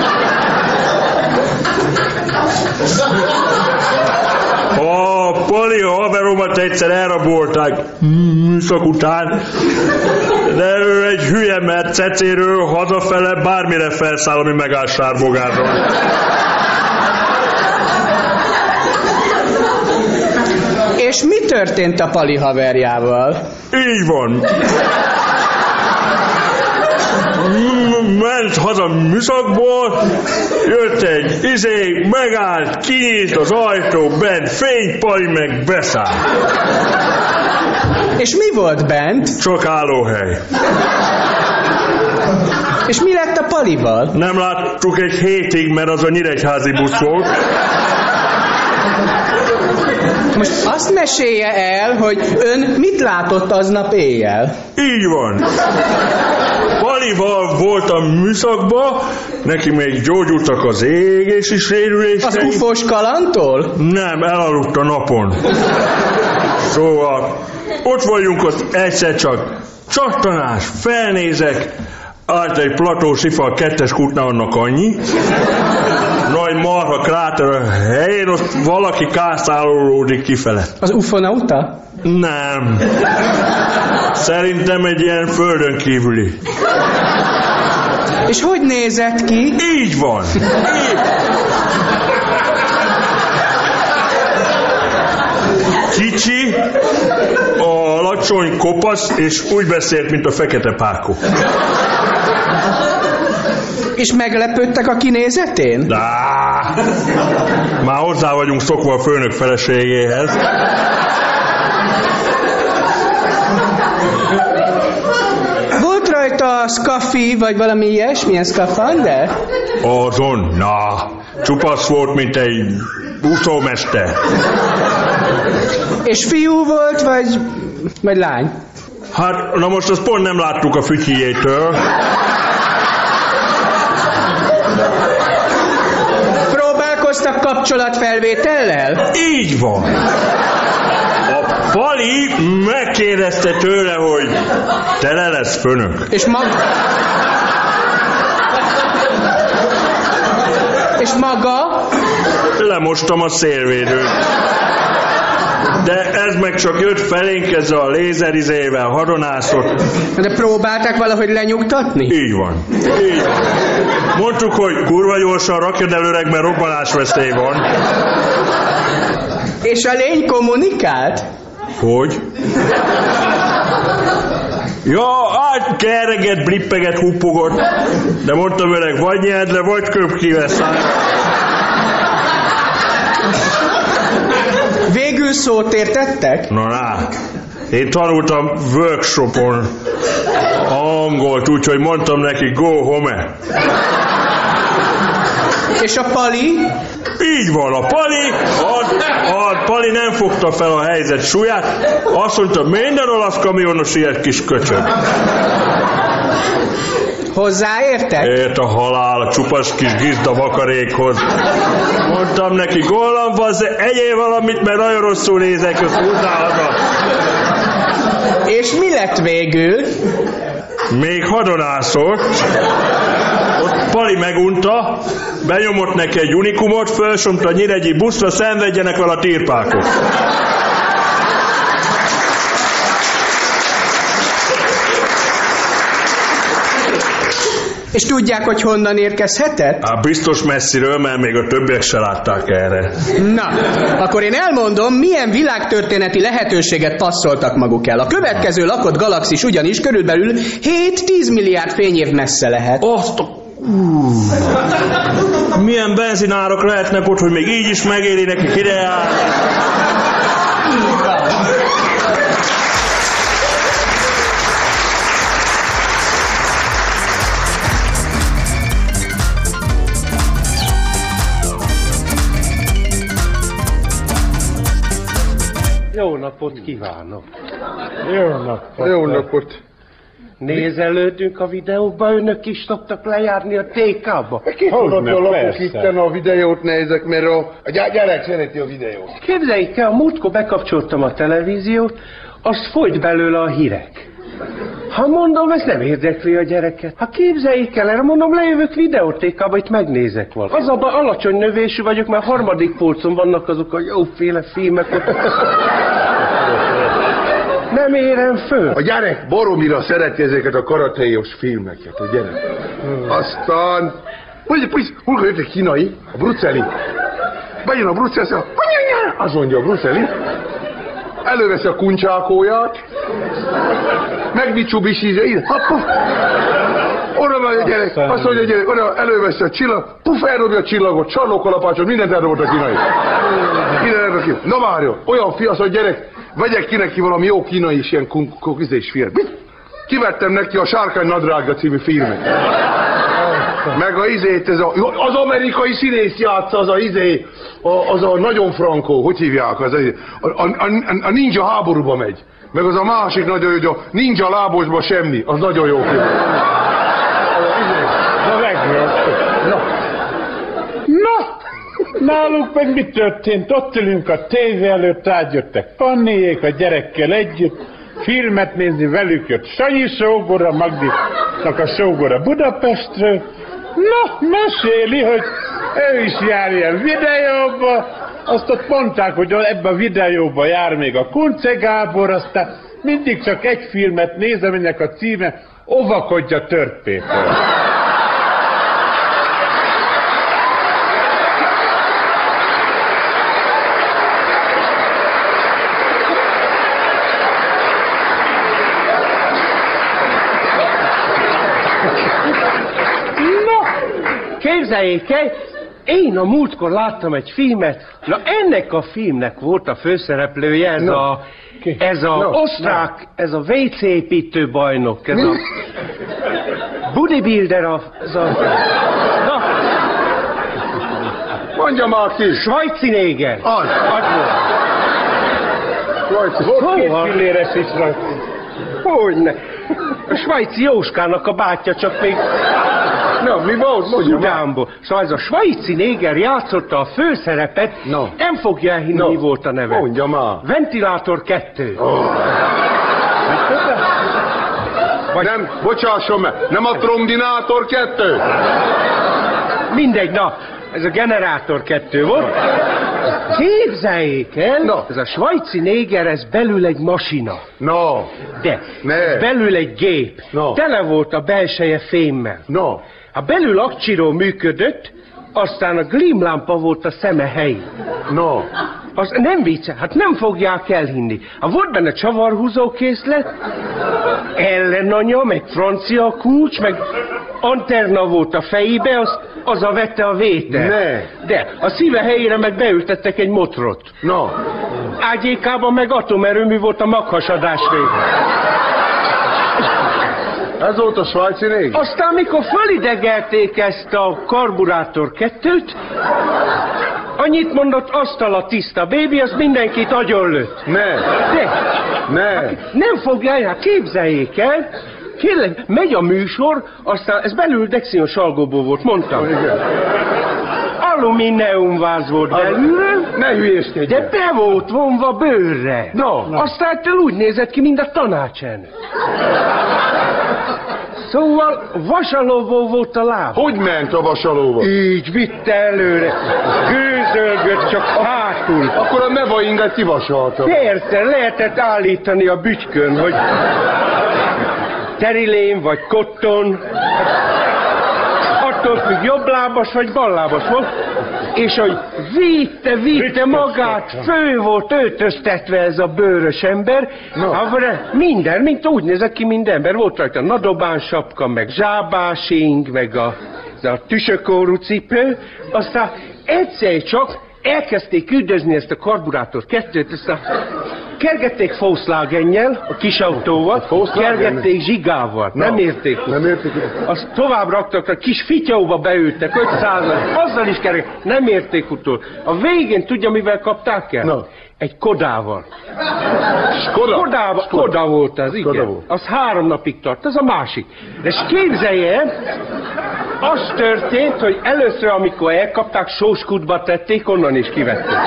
A Pali haveromat egyszer elrabolták műszak után, de ő egy hülye, mert cecéről hazafele bármire felszáll, ami megáll Sárbogárról. És mi történt a Pali haverjával? Így van. Ment haza műszakból, jött egy izé, megállt, kinyílt az ajtó, bent fény, Pali meg beszáll. És mi volt bent? Csak állóhely. És mi lett a Palival? Nem láttuk egy hétig, mert az a nyíregyházi busz volt. Most azt mesélje el, hogy ön mit látott aznap éjjel? Így van. Palival voltam műszakba, neki még gyógyultak az égési sérülései. Az ufós kalantól? Nem, elaludt a napon. Szóval ott vagyunk, ott egyszer csak csattanás, felnézek, állt egy plató sifal kettes kútnál, annak annyi. Nagy marha kráter a helyén, ott valaki kászálódik kifele. Az ufonauta? Nem. Szerintem egy ilyen földön kívüli. És hogy nézett ki? Így van. Így. Kicsi, alacsony, kopasz, és úgy beszélt, mint a fekete pákó. És meglepődtek a kinézetén? Dá, már hozzá vagyunk szokva a főnök feleségéhez. Volt rajta szkafi, vagy valami ilyesmilyen szkafander? Azon, na, csupasz volt, mint egy úszómester. És fiú volt, vagy, vagy lány? Hát, na most azt pont nem láttuk a fütyijétől. Próbálkoztak kapcsolatfelvétellel? Így van. A Pali megkérdezte tőle, hogy tele lesz főnök. És maga... És maga? Lemostam a szélvédőt. De ez meg csak jött felénk ezzel a lézerizével, hadonászott. De próbálták valahogy lenyugtatni? Így van. Így van. Mondtuk, hogy kurva gyorsan rakjad el öreg, mert robbanásveszély van. És a lény kommunikált? Hogy? Ja, hát kereget, blippeget, huppogott. De mondtam öreg, vagy nyeld le, vagy köp kiveszál. Végül szót értettek? Na, na. Én tanultam workshopon angolt, úgyhogy mondtam neki go home. És a Pali? Így van, a Pali, a, a Pali nem fogta fel a helyzet súlyát, azt mondta, minden olasz kamionos ilyet kis köcsög. Hozzáértek? Ért a halál, a csupasz kis gizda vakarékhoz. Mondtam neki, gollam van, de egyél valamit, mert nagyon rosszul nézek, azt húzzál haza. És mi lett végül? Még hadonászott. Ott Pali megunta, benyomott neki egy unikumot, fölsomta a nyíregyi buszra, szenvedjenek vele a tirpákok. És tudják, hogy honnan érkezhetett? Hát biztos messziről, mert még a többiek se látták erre. Na, akkor én elmondom, milyen világtörténeti lehetőséget passzoltak maguk el. A következő lakott galaxis ugyanis körülbelül hét-tíz milliárd fényév messze lehet. Azt a... Milyen benzinárak lehetnek ott, hogy még így is megéri nekik ideálni. Jó napot kívánok! Jó napot! Jó napot! Nézelődünk a videóba, önök is szoktak lejárni a té ká-ba? Ki tudod, a lakok itten a videót nézek, mert a, a gyerek szereti a videót. Képzeljék el, a múltkor bekapcsoltam a televíziót, az folyt belőle a hírek. Ha mondom, ez nem érdekli a gyereket. Ha képzeljék el, erre mondom, lejövök videótékába, itt megnézek valamit. Az abban alacsony növésű vagyok, mert harmadik polcon vannak azok a jóféle filmek ott. Nem érem föl. A gyerek baromira szereti ezeket a karatéjos filmeket, a gyerek. Hmm. Aztán... Hogy, hogy, hol jött egy kínai, a Bruceli. Bejön a Bruceli, azt mondja a Bruceli. Előveszi a kuncsákóját. Megbicsubisízza, ide, hoppa. Oda megy a gyerek, azt mondja a gyerek, oda előveszi a csillag, puf, elrobja a csillagot, csarlókalapácsot, mindent elrobott a kínai. Ide elrobott ki. Na várjon, olyan fiasz, hogy gyerek, vegyek ki neki valami jó kínai is ilyen kukizés film. Kivettem neki a Sárkány nadrága című filmet. Meg a izét, ez a, az amerikai színész játsza, az a izé, a, az a nagyon frankó, hogy hívják, az a, a, a, a ninja háborúba megy. Meg az a másik nagyon jó, hogy a ninja lábosba semmi, az nagyon jó film. Náluk meg mi történt? Ott ülünk a tévé előtt, átjöttek Panniék a gyerekkel együtt, filmet nézni, velük jött Sanyi sógora, Magdinak a sógora Budapestről. Na, meséli, hogy ő is jár ilyen videóba, azt ott mondták, hogy ebbe a videóba jár még a Kunce Gábor, aztán mindig csak egy filmet néz, aminek a címe Óvakodja Törp Péter. Képzeljék el, én a múltkor láttam egy filmet, na ennek a filmnek volt a főszereplője, ez no. a, ez a no. osztrák, no. ez a vé cé építő bajnok, ez Mi? a bodybuilder, a, ez a... Na. Mondja már ki! Svájci néger. Az. Az volt. Svájci. Volt két filléres is rajta. Hogyne. A svájci Jóskának a bátyja, csak még... Na, mi volt? Szudánból. Szóval ez a svájci néger játszotta a főszerepet, no. nem fogja elhinni, no. mi volt a neve. Mondja már. Ventilátor kettő. Oh. Vagy... Nem, bocsásson meg, nem a trombinátor kettő? Mindegy, na, ez a generátor kettő volt. Képzeljék el, no. ez a svájci néger, ez belül egy masina. No. De, ne. belül egy gép. No. Tele volt a belseje fémmel. No. A belül akcsiró működött, aztán a glimlámpa volt a szeme helyén. No. Az nem vicce, hát nem fogják elhinni. Ha volt benne csavarhúzókészlet, ellenanya, meg francia kulcs, meg anterna volt a fejébe, az, az a vette a vétel. Ne. De a szíve helyére meg beültettek egy motrot. No. Ágyékában meg atomerőmű volt a maghasadás végén. Ez volt a svájci négy? Aztán, mikor fölidegelték ezt a karburátor kettőt, annyit mondott, asztal a tiszta bébi, az mindenkit agyonlőtt. Ne. De. Ne. Hát nem fogja, hát képzeljék el, kérlek, megy a műsor, aztán ez belül Dexion algóból volt, mondtam. Oh, igen. Alumíniumváz volt belül. Ne hülyéskedj. De be volt vonva bőrre. No. Aztán úgy nézett ki, mint a tanácselnök. Szóval vasalóból volt a láb. Hogy ment a vasalóba? Így vitte előre. Gőzölgött csak hátul. Akkor a nevainget kivasalta. Persze, lehetett állítani a bütykön, hogy terilén vagy kotton. Attól függ, jobblábas vagy ballábas volt. És hogy vitte, vitte magát, fő volt öltöztetve ez a bőrös ember, no. minden, mint úgy nézett ki, mint ember. Volt rajta nadobán sapka, meg zsábásing, meg a, a tüsökórú cipő, aztán egyszer csak elkezdték üldözni ezt a karburátor kettőt, aztán kergették Volkswagennyel, a kis autóval, kergették zsigával, no. nem érték. Nem érték. Azt tovább raktak, a kis fityóba beültek, ötszázan, azzal is kergették, nem érték utól. A végén tudja, mivel kapták el? No. Egy Kodával. Skoda? Kodával, Skoda. Koda volt az, igen. Volt. Az három napig tart, az a másik. De s képzelje, az történt, hogy először, amikor elkapták, sóskutba tették, onnan is kivették.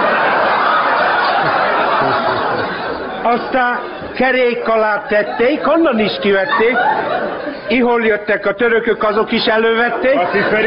Aztán kerék alá tették, onnan is kivették. Ihol jöttek a törökök, azok is elővették.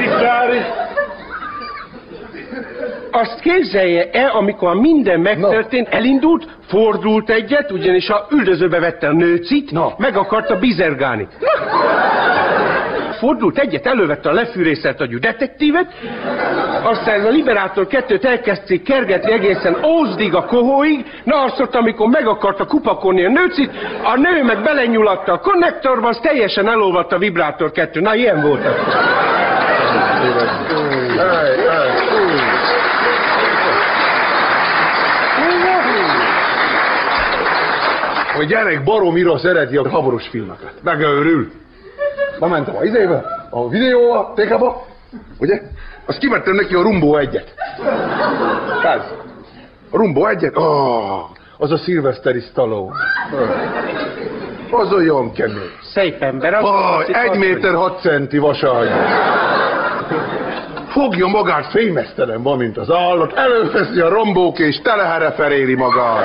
Azt képzelje el, amikor minden megtörtént, elindult, fordult egyet, ugyanis a üldözőbe vette a nőcit, no. meg akarta bizergálni. Fordult egyet, elővette a lefűrészelt agyú detektívet, aztán ez a Liberátor kettőt elkezdték kergetni egészen Ózdig a kohóig, na azt ott, amikor meg akarta kupakolni a nőcit, a nő meg belenyulatta a konnektorba, az teljesen elolvadt a Vibrátor kettő. Na, ilyen volt az. A gyerek baromira szereti a háborús filmeket. Megőrül. Bementem a izébe, a videóba, tékába, ugye? Azt kivettem neki a Rumbo egyet. Ez. A Rumbo egyet? Oh, az a Sylvester Stallone. Az olyan kemény. Szép ember. Az oh, egy méter hat centi vaságy. fogja magát, fémesztelen van, mint az állat, előveszi a rombók és telehereferéli magát.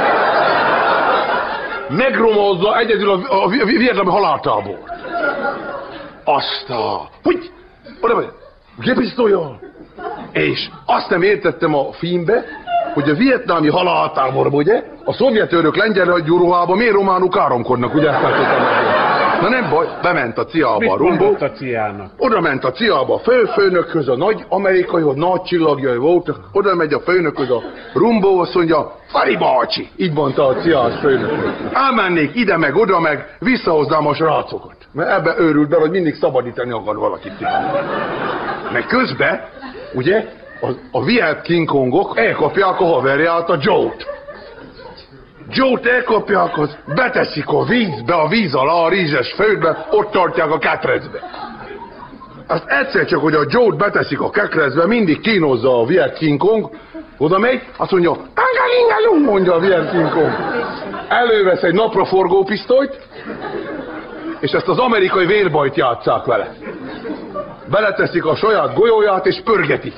Megromozza egyedül a, a, a vietnámi haláltábor. Azt a... Hogy? Oda megy. Gépisztolyjal. És azt nem értettem a filmbe, hogy a vietnámi haláltáborban, ugye, a szovjet őrök lengyel hagyjú ruhában miért románul káromkodnak, ugye? Na nem baj, bement a ciába a rumbó. a ciának? Oda ment a ciába a főfőnökhöz, a nagy amerikai, a nagy csillagjai voltak. Oda megy a főnökhöz a rumbó, azt mondja, Fari bácsi! Így mondta a ciás főnök. Elmennék ide meg, oda meg, visszahoznám a srácokat. Mert ebbe őrült be, hogy mindig szabadítani akar valakit. Meg közben, ugye, a, a Viet King Kongok elkapják a haverját, a Joe-t. Joe-t elkapják, az beteszik a vízbe, a víz alá, a rízes földbe, ott tartják a ketrecbe. Azt egyszer csak, hogy a Joe-t beteszik a ketrecbe, mindig kínozza a Viet King Kong, oda megy, azt mondja, tangalingalung, mondja a Viet King Kong. Elővesz egy napraforgó pisztolyt, és ezt az amerikai vélbajt játsszák vele. Beleteszik a saját golyóját, és pörgetik.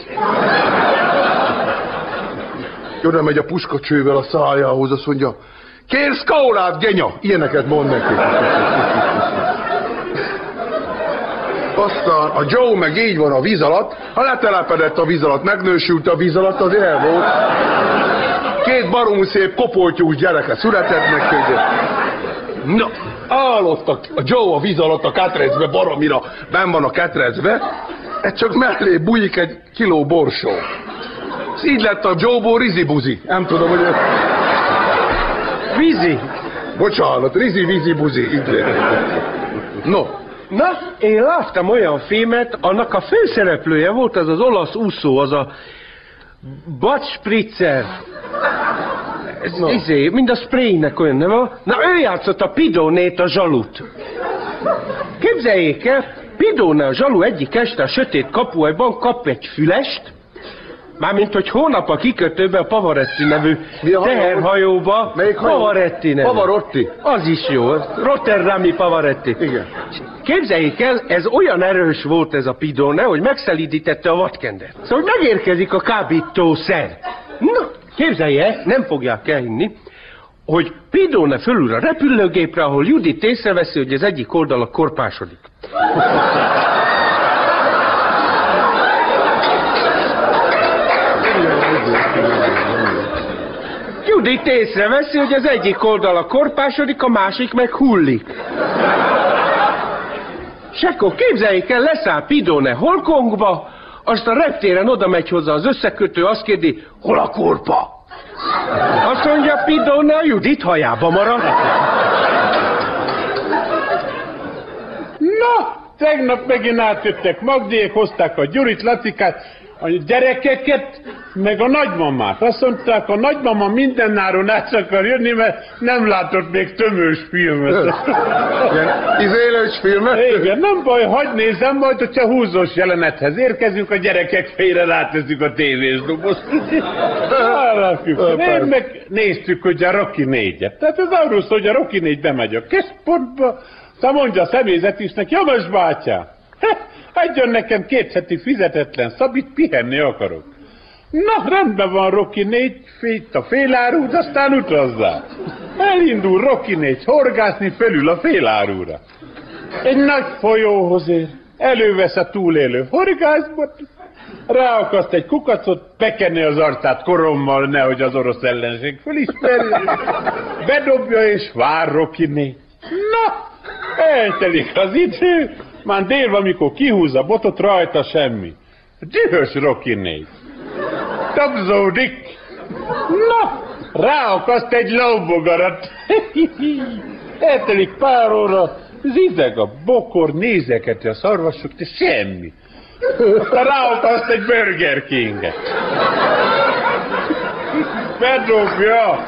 Oda megy a puskacsővel a szájához, azt mondja, kérsz kólát, genya! Ilyeneket mond neki. Aztán a Joe meg így van a víz alatt, ha letelepedett a víz alatt, megnősült a víz alatt, az el volt. Két barom szép kopoltyús gyereke született neki. Na, állott a Joe a víz alatt a ketrecbe, baromira benn van a ketrecbe, ez csak mellé bújik egy kiló borsó. Így lett a Joe-ból rizi-buzi. Nem tudom, hogy... Vízi? Bocsánat, rizi-vízi-buzi. Így lett. No. Na, én láttam olyan filmet, annak a főszereplője volt az az olasz úszó, az a Bud Spritzer. Ez no. izé, mind a Spraynek olyan neve. Na, ő játszott a Pidónét, a Zsalut. Képzeljék el, Pidóne a Zsalu egyik este a sötét kapuajban kap egy fülest, mármint, hogy hónap a kikötőbe a Pavaretti nevű teherhajóba. Melyik hajó? Pavaretti nevű. Pavarotti? Az is jó, Rotterdami Pavaretti. Igen. Képzeljék el, ez olyan erős volt ez a Pidóne, hogy megszelídítette a vadkendert. Szóval hogy megérkezik a kábítószer. Na, képzelj el, nem fogják elhinni, hogy Pidóne fölül a repülőgépre, ahol Judit észreveszi, hogy az egyik oldala korpásodik. Judit észreveszi, hogy az egyik oldala korpásodik, a másik meg hullik. És akkor képzeljék el, leszáll Pidóne Hongkongba, azt a reptéren oda megy hozzá az összekötő, azt kérdi, hol a korpa? Azt mondja Pidóne, a Judit hajába marad. Na, tegnap megint átjöttek Magdiék, hozták a Gyurit, Lacikát, a gyerekeket, meg a nagymamát. Azt mondták, a nagymama mindennáron át akar jönni, mert nem látott még tömős filmet. Ilyen izélős filmet? Igen, nem baj, hagyd nézem, majd, hogyha húzós jelenethez érkezünk, a gyerekek félre rátezzük a tévés dobozt. Én meg néztük, hogy a Rocky négyet. Tehát ez arról szól, hogy a Rocky négy bemegy a központba, szóval mondja a személyzetisnek, Javas bátyám, adjon nekem két heti fizetetlen szabit, pihenni akarok. Na, rendben van, Rocky négy, itt a félárút, aztán utazzál. Elindul Rocky négy horgászni fölül a félárúra. Egy nagy folyóhoz ér, elővesz a túlélő horgászbot, ráakaszt egy kukacot, bekenni az arcát korommal, nehogy az orosz ellenség fölismerje. Bedobja és vár Rocky négy. Na, eltelik az idő, már délve, amikor kihúz a botot, rajta semmi. Dühös Rocky négy. Tapzódik. Na, ráakaszt egy lóbogarat. Eltelik pár óra, zizeg a bokor, nézeketi a szarvasok, de semmi. Aztán ráakaszt egy Burger Kinget. Bedobja.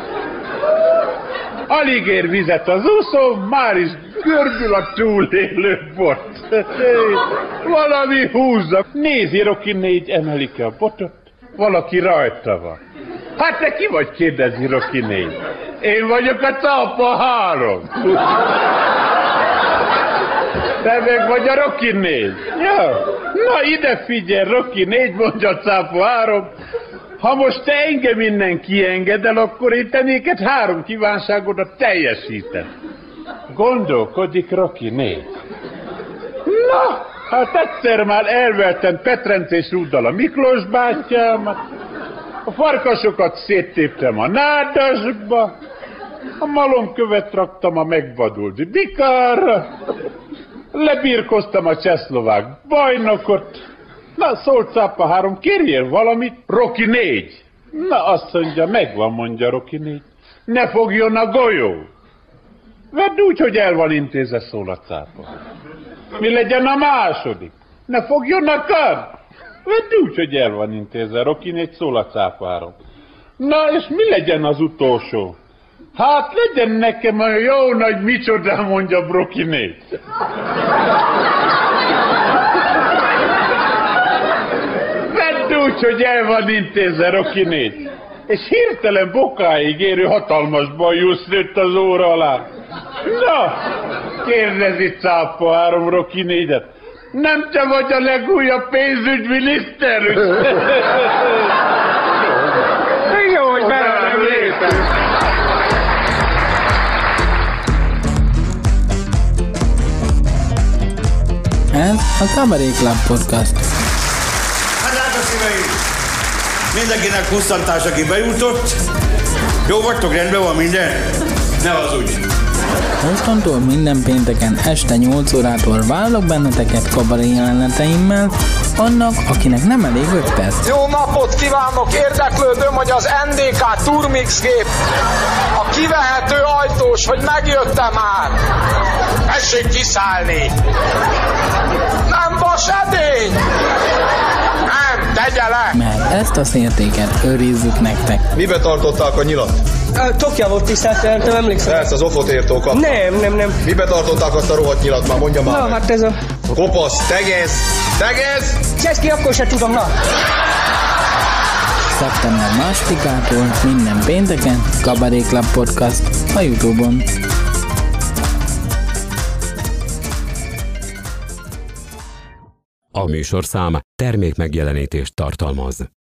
Alig ér vizet az úszó, már is görbül a túlélő bot. Valami húzza. Nézi, Rocky négy, emeli ki a botot. Valaki rajta van. Hát te ki vagy, kérdezi Rocky négy. Én vagyok a Cápa három. Te meg vagy a Rocky négy. Ja. Na ide figyelj, Rocky négy, mondja Cápa három. Ha most te engem innen kiengedel, akkor én te néked három kívánságodat teljesítem. Gondolkodik Rocky négy. Na, hát egyszer már elvertem Petrencés rúddal a Miklós bátyámat, a farkasokat széttéptem a nádasba, a malomkövet raktam a megvadult bikára, lebírkoztam a csehszlovák bajnokot. Na, szólt Cápa három, kérjél valamit, Rocky négy. Na, azt mondja, megvan, mondja Rocky négy. Ne fogjon a golyó. Vedd úgy, hogy el van intézve, szól a Cápa. Mi legyen a második? Ne fogjon a kard. Vedd úgy, hogy el van intézve, Rocky négy, szól a Cápa három. Na, és mi legyen az utolsó? Hát legyen nekem olyan jó nagy micsoda, mondja Rocky négy. Vedd úgy, hogy el van intézve, Rocky négy. És hirtelen bokáig érő hatalmas bajusz nőtt az óra alá. Na, kérdezi Cápa három Rocky négyet. Nem te vagy a legújabb pénzügyminiszter? Jó, hogy belőlem lépett. Ez a Cabaret Club Podcast. Hát drága szíveim, mindenkinek kusztantás, aki bejutott. Jó vagytok, rendben van minden? Ne hazudj! Mostantól minden pénteken este nyolc órától várlak benneteket kabaré jeleneteimmel, annak, akinek nem elég öt perc. Jó napot kívánok! Érdeklődöm, hogy az en dé ká Turmix gép a kivehető ajtós, hogy megjöttem már. Tessék kiszállni! Nem vas edény! Nem, tegye le! Mert ezt a szértéket őrizzük nektek. Mibe tartották a nyilat? Tokja volt, tisztelt, nem emlékszem. Persze, az ofotértól kaptam. Nem, nem, nem. Mibe tartották azt a rohadt nyilat, már mondja már. Na, hát ez a... Kopasz, tegez! Tegez! Cseszki, akkor se tudom, na. szeptember másodikától minden pénteken Cabaret Club Podcast a YouTube-on. A műsorszám termékmegjelenítést tartalmaz.